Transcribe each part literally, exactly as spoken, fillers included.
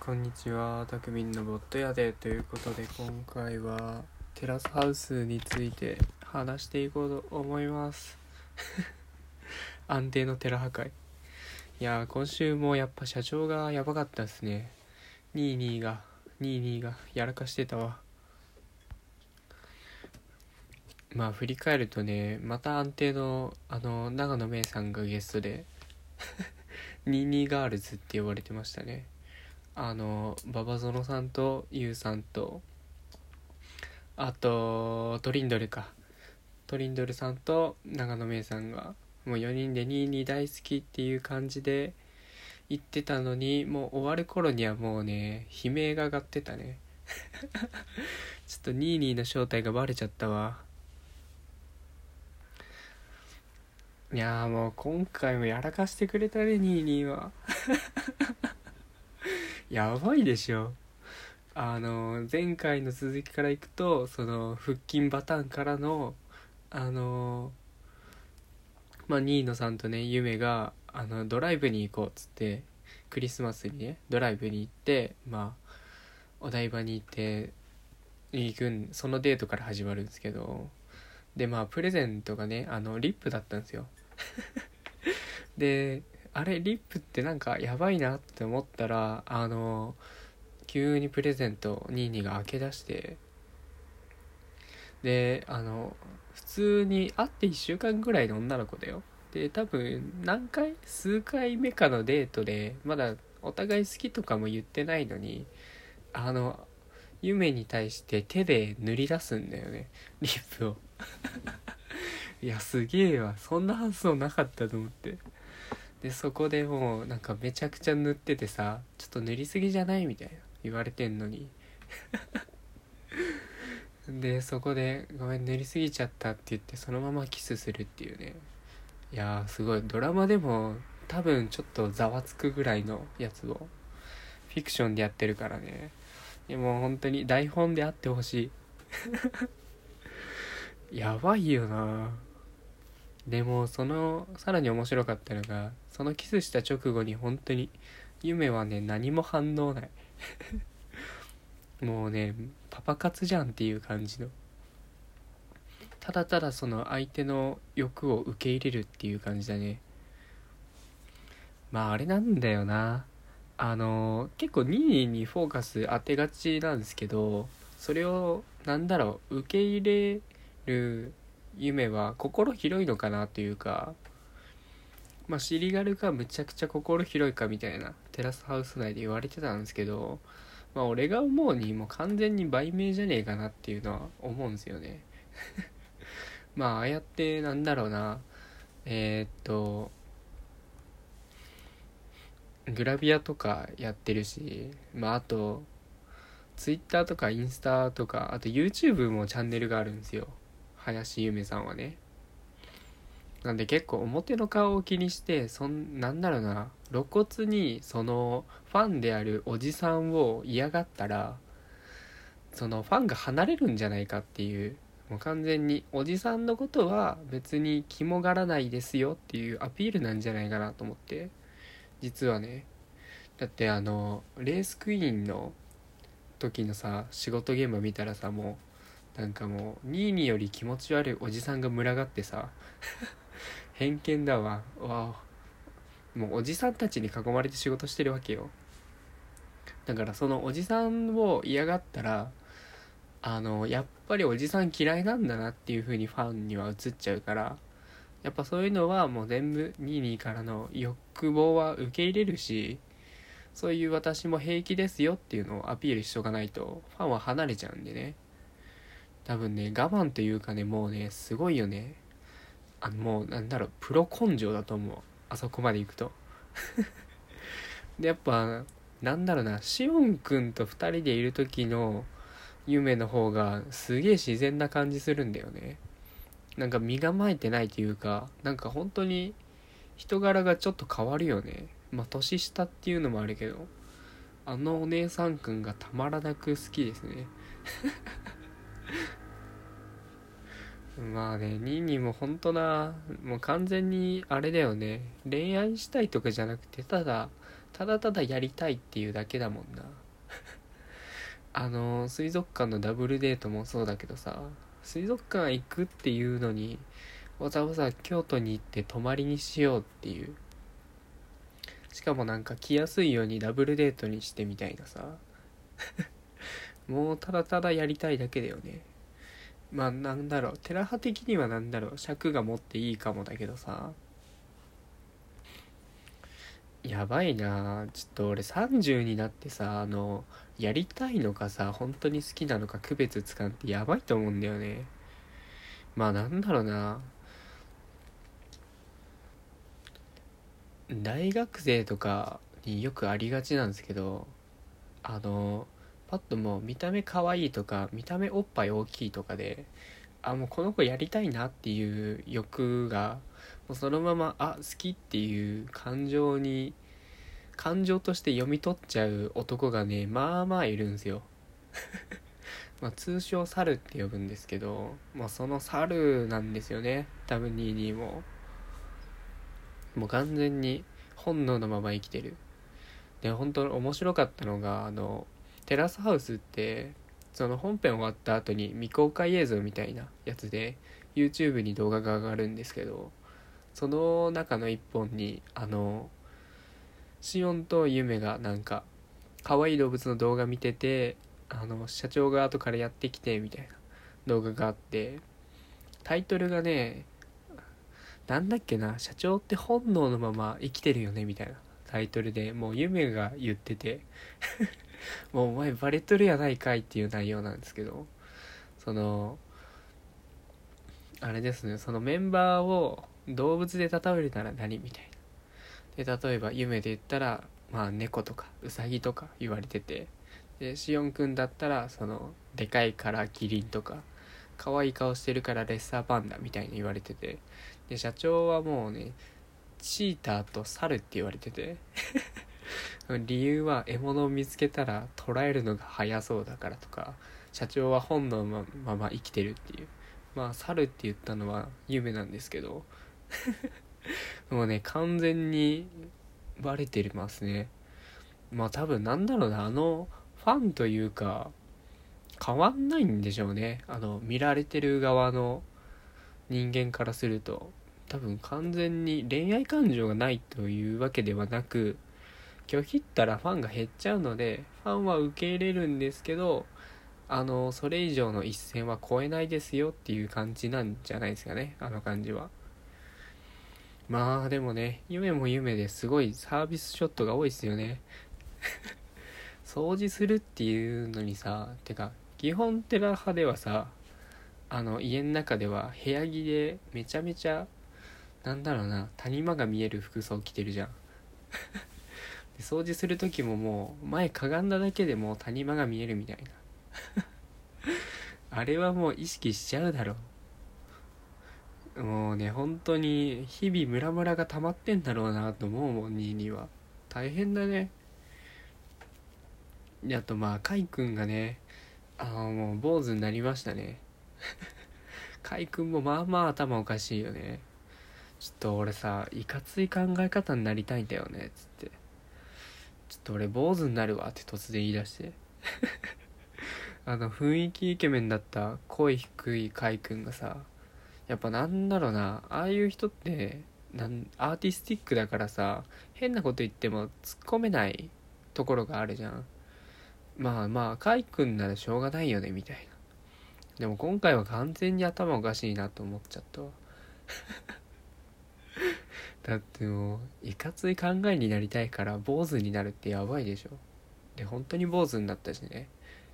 こんにちは、たくみんのボット屋でということで、今回はテラスハウスについて話していこうと思います安定のテラ破壊。いやー、今週もやっぱ社長がやばかったですね。にじゅうにがにじゅうにがやらかしてたわ。まあ振り返るとね、また安定のあの長野めいさんがゲストでにじゅうにガールズって呼ばれてましたね。あの馬場園さんとゆうさんと、あとトリンドルかトリンドルさんと長野めいさんがもうよにんでにじゅうに大好きっていう感じで言ってたのに、もう終わる頃にはもうね、悲鳴が上がってたねちょっとにじゅうにの正体がバレちゃったわ。いやー、もう今回もやらかしてくれたね、にじゅうにはやばいでしょ。あの前回の続きからいくと、その腹筋バターンからのあのまあニーノさんとね、ユメがあのドライブに行こうっつって、クリスマスにねドライブに行って、まあお台場に行って行くん、そのデートから始まるんですけど、でまあプレゼントがね、あのリップだったんですよであれリップってなんかやばいなって思ったら、あの急にプレゼントニーニーが開け出して、であの普通に会っていっしゅうかんぐらいの女の子だよ。で多分何回数回目かのデートで、まだお互い好きとかも言ってないのに、あの夢に対して手で塗り出すんだよね、リップをいやすげえわ、そんな発想なかったと思って。でそこでもうなんかめちゃくちゃ塗っててさ、ちょっと塗りすぎじゃないみたいな言われてんのにでそこでごめん塗りすぎちゃったって言って、そのままキスするっていうね。いやーすごい、ドラマでも多分ちょっとざわつくぐらいのやつをフィクションでやってるからね。いやもう本当に台本であってほしいやばいよな。でもそのさらに面白かったのが、そのキスした直後に本当に夢はね何も反応ないもうねパパ活じゃんっていう感じの、ただただその相手の欲を受け入れるっていう感じだね。まああれなんだよな、あの結構にいにフォーカス当てがちなんですけど、それをなんだろう受け入れる夢は心広いのかなというか、まあシリガルがむちゃくちゃ心広いかみたいなテラスハウス内で言われてたんですけど、まあ俺が思うにもう完全に売名じゃねえかなっていうのは思うんですよねまあああやってなんだろうな、えー、っとグラビアとかやってるし、まああとツイッターとかインスタとか、あと YouTube もチャンネルがあるんですよ、林ゆめさんはね。なんで結構表の顔を気にして、そんなんだろうな、露骨にそのファンであるおじさんを嫌がったら、そのファンが離れるんじゃないかっていう、もう完全におじさんのことは別に肝がらないですよっていうアピールなんじゃないかなと思って。実はね、だってあのレースクイーンの時のさ仕事現場見たらさ、もうなんかもうニーニーより気持ち悪いおじさんが群がってさ偏見だわ。わあ、もうおじさんたちに囲まれて仕事してるわけよ。だからそのおじさんを嫌がったら、あのやっぱりおじさん嫌いなんだなっていう風にファンには映っちゃうから、やっぱそういうのはもう全部ニーニーからの欲望は受け入れるし、そういう私も平気ですよっていうのをアピールしとかないとファンは離れちゃうんでね。多分ね我慢というかね、もうねすごいよね。あのもうなんだろう、プロ根性だと思う、あそこまで行くと。でやっぱなんだろうな、しおんくんとふたりでいる時の夢の方がすげえ自然な感じするんだよね。なんか身構えてないというか、なんか本当に人柄がちょっと変わるよね。まあ年下っていうのもあるけど、あのお姉さんくんがたまらなく好きですねまあね、ニーニーも本当な、もう完全にあれだよね、恋愛したいとかじゃなくて、ただただただやりたいっていうだけだもんな。あの水族館のダブルデートもそうだけどさ、水族館行くっていうのにわざわざ京都に行って泊まりにしようっていう、しかもなんか来やすいようにダブルデートにしてみたいなさもうただただやりたいだけだよね。まあなんだろう、テラハ的にはなんだろう、尺が持っていいかもだけどさ、やばいな。ちょっと俺さんじゅうになってさ、あのやりたいのかさ本当に好きなのか区別つかんってやばいと思うんだよね。まあなんだろうな、大学生とかによくありがちなんですけど、あのパッともう見た目可愛いとか見た目おっぱい大きいとかで、あもうこの子やりたいなっていう欲がもうそのままあ好きっていう感情に感情として読み取っちゃう男がね、まあまあいるんですよ。まあ通称猿って呼ぶんですけど、まあその猿なんですよね、多分にじゅうにも。もう完全に本能のまま生きてる。で本当に面白かったのが、あのテラスハウスってその本編終わった後に未公開映像みたいなやつで YouTube に動画が上がるんですけど、その中の一本にあのシオンとユメがなんか可愛い動物の動画見てて、あの社長が後からやってきてみたいな動画があって、タイトルがね、なんだっけな、社長って本能のまま生きてるよねみたいなタイトルで、もうユメが言っててもうお前バレとるやないかいっていう内容なんですけど、そのあれですね、そのメンバーを動物で例えるなら何みたいな。で例えば夢で言ったらまあ猫とかウサギとか言われてて、でシオンくんだったらそのでかいからキリンとか、可愛い顔してるからレッサーパンダみたいに言われてて、で社長はもうねチーターと猿って言われてて理由は獲物を見つけたら捕らえるのが早そうだからとか、社長は本能のまま生きてるっていう。まあ猿って言ったのは夢なんですけどもうね完全にバレてますね。まあ多分なんだろうな、あのファンというか変わんないんでしょうね、あの見られてる側の人間からすると。多分完全に恋愛感情がないというわけではなく、拒否ったらファンが減っちゃうのでファンは受け入れるんですけど、あのそれ以上の一線は越えないですよっていう感じなんじゃないですかね、あの感じは。まあでもね、夢も夢ですごいサービスショットが多いですよね。掃除するっていうのにさ、てか基本テラ派ではさ、あの家の中では部屋着でめちゃめちゃなんだろうな、谷間が見える服装着てるじゃん。で掃除する時ももう前かがんだだけでもう谷間が見えるみたいなあれはもう意識しちゃうだろう。もうね本当に日々ムラムラが溜まってんだろうなと思うもん、にには大変だね。であとまあカイくんがね、あのもう坊主になりましたねカイくんもまあまあ頭おかしいよね。ちょっと俺さいかつい考え方になりたいんだよねっつって、ちょっと俺坊主になるわって突然言い出してあの雰囲気イケメンだった声低いカイくんがさ、やっぱなんだろうな、ああいう人ってなんアーティスティックだからさ、変なこと言っても突っ込めないところがあるじゃん。まあまあカイくんならしょうがないよねみたいな。でも今回は完全に頭おかしいなと思っちゃったわだってもういかつい考えになりたいから坊主になるってやばいでしょ。で本当に坊主になったしね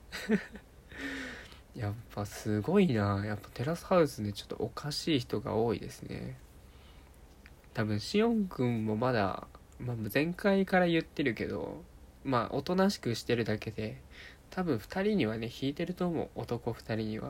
やっぱすごいな、やっぱテラスハウスでちょっとおかしい人が多いですね。多分しおんくんもまだ、まあ、前回から言ってるけど、まあおとなしくしてるだけで多分ふたりにはね引いてると思う、男ふたりには。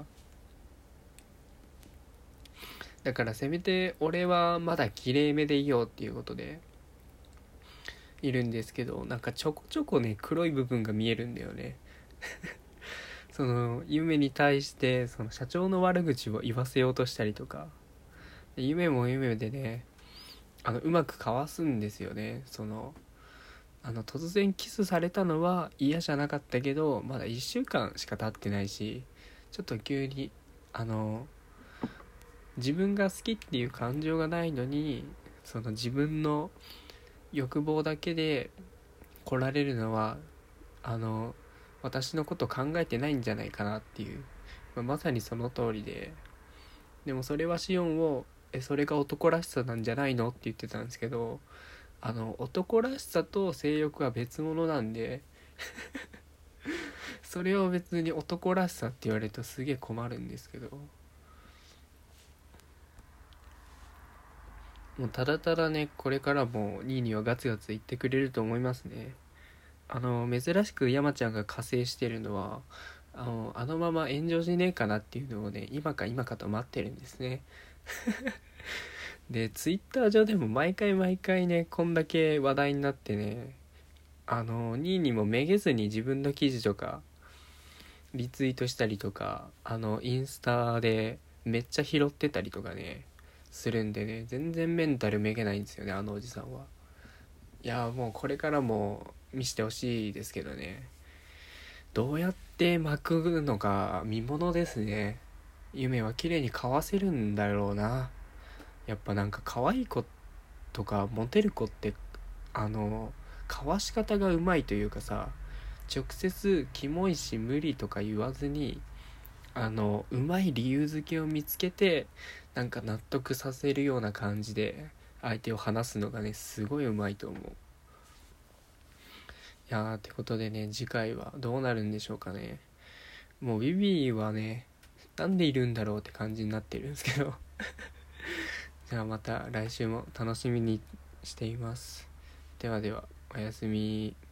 だからせめて俺はまだ綺麗めでいようっていうことでいるんですけど、なんかちょこちょこね黒い部分が見えるんだよねその夢に対してその社長の悪口を言わせようとしたりとか、夢も夢でね、あのうまくかわすんですよね。そのあの突然キスされたのは嫌じゃなかったけど、まだいっしゅうかんしか経ってないし、ちょっと急にあの自分が好きっていう感情がないのに、その自分の欲望だけで来られるのは、あの私のこと考えてないんじゃないかなっていう、まあ、まさにその通りで、でもそれはシオンをえそれが男らしさなんじゃないのって言ってたんですけど、あの男らしさと性欲は別物なんでそれを別に男らしさって言われるとすげえ困るんですけど、もうただただね、これからもニーニーはガツガツ言ってくれると思いますね。あの珍しく山ちゃんが加勢してるのは、あのあのまま炎上しねえかなっていうのをね、今か今かと待ってるんですね。でツイッター上でも毎回毎回ね、こんだけ話題になってね、あのニーニーもめげずに自分の記事とかリツイートしたりとか、あのインスタでめっちゃ拾ってたりとかねするんでね、全然メンタルめげないんですよね、あのおじさんは。いやもうこれからも見してほしいですけどね、どうやって巻くのか見ものですね。夢は綺麗にかわせるんだろうな。やっぱなんか可愛い子とかモテる子って、あのかわし方がうまいというかさ、直接キモいし無理とか言わずに、あのうまい理由付けを見つけて、なんか納得させるような感じで相手を話すのがね、すごいうまいと思う。いやーってことでね、次回はどうなるんでしょうかね。もうビビはね、なんでいるんだろうって感じになってるんですけどじゃあまた来週も楽しみにしています。ではでは、おやすみ。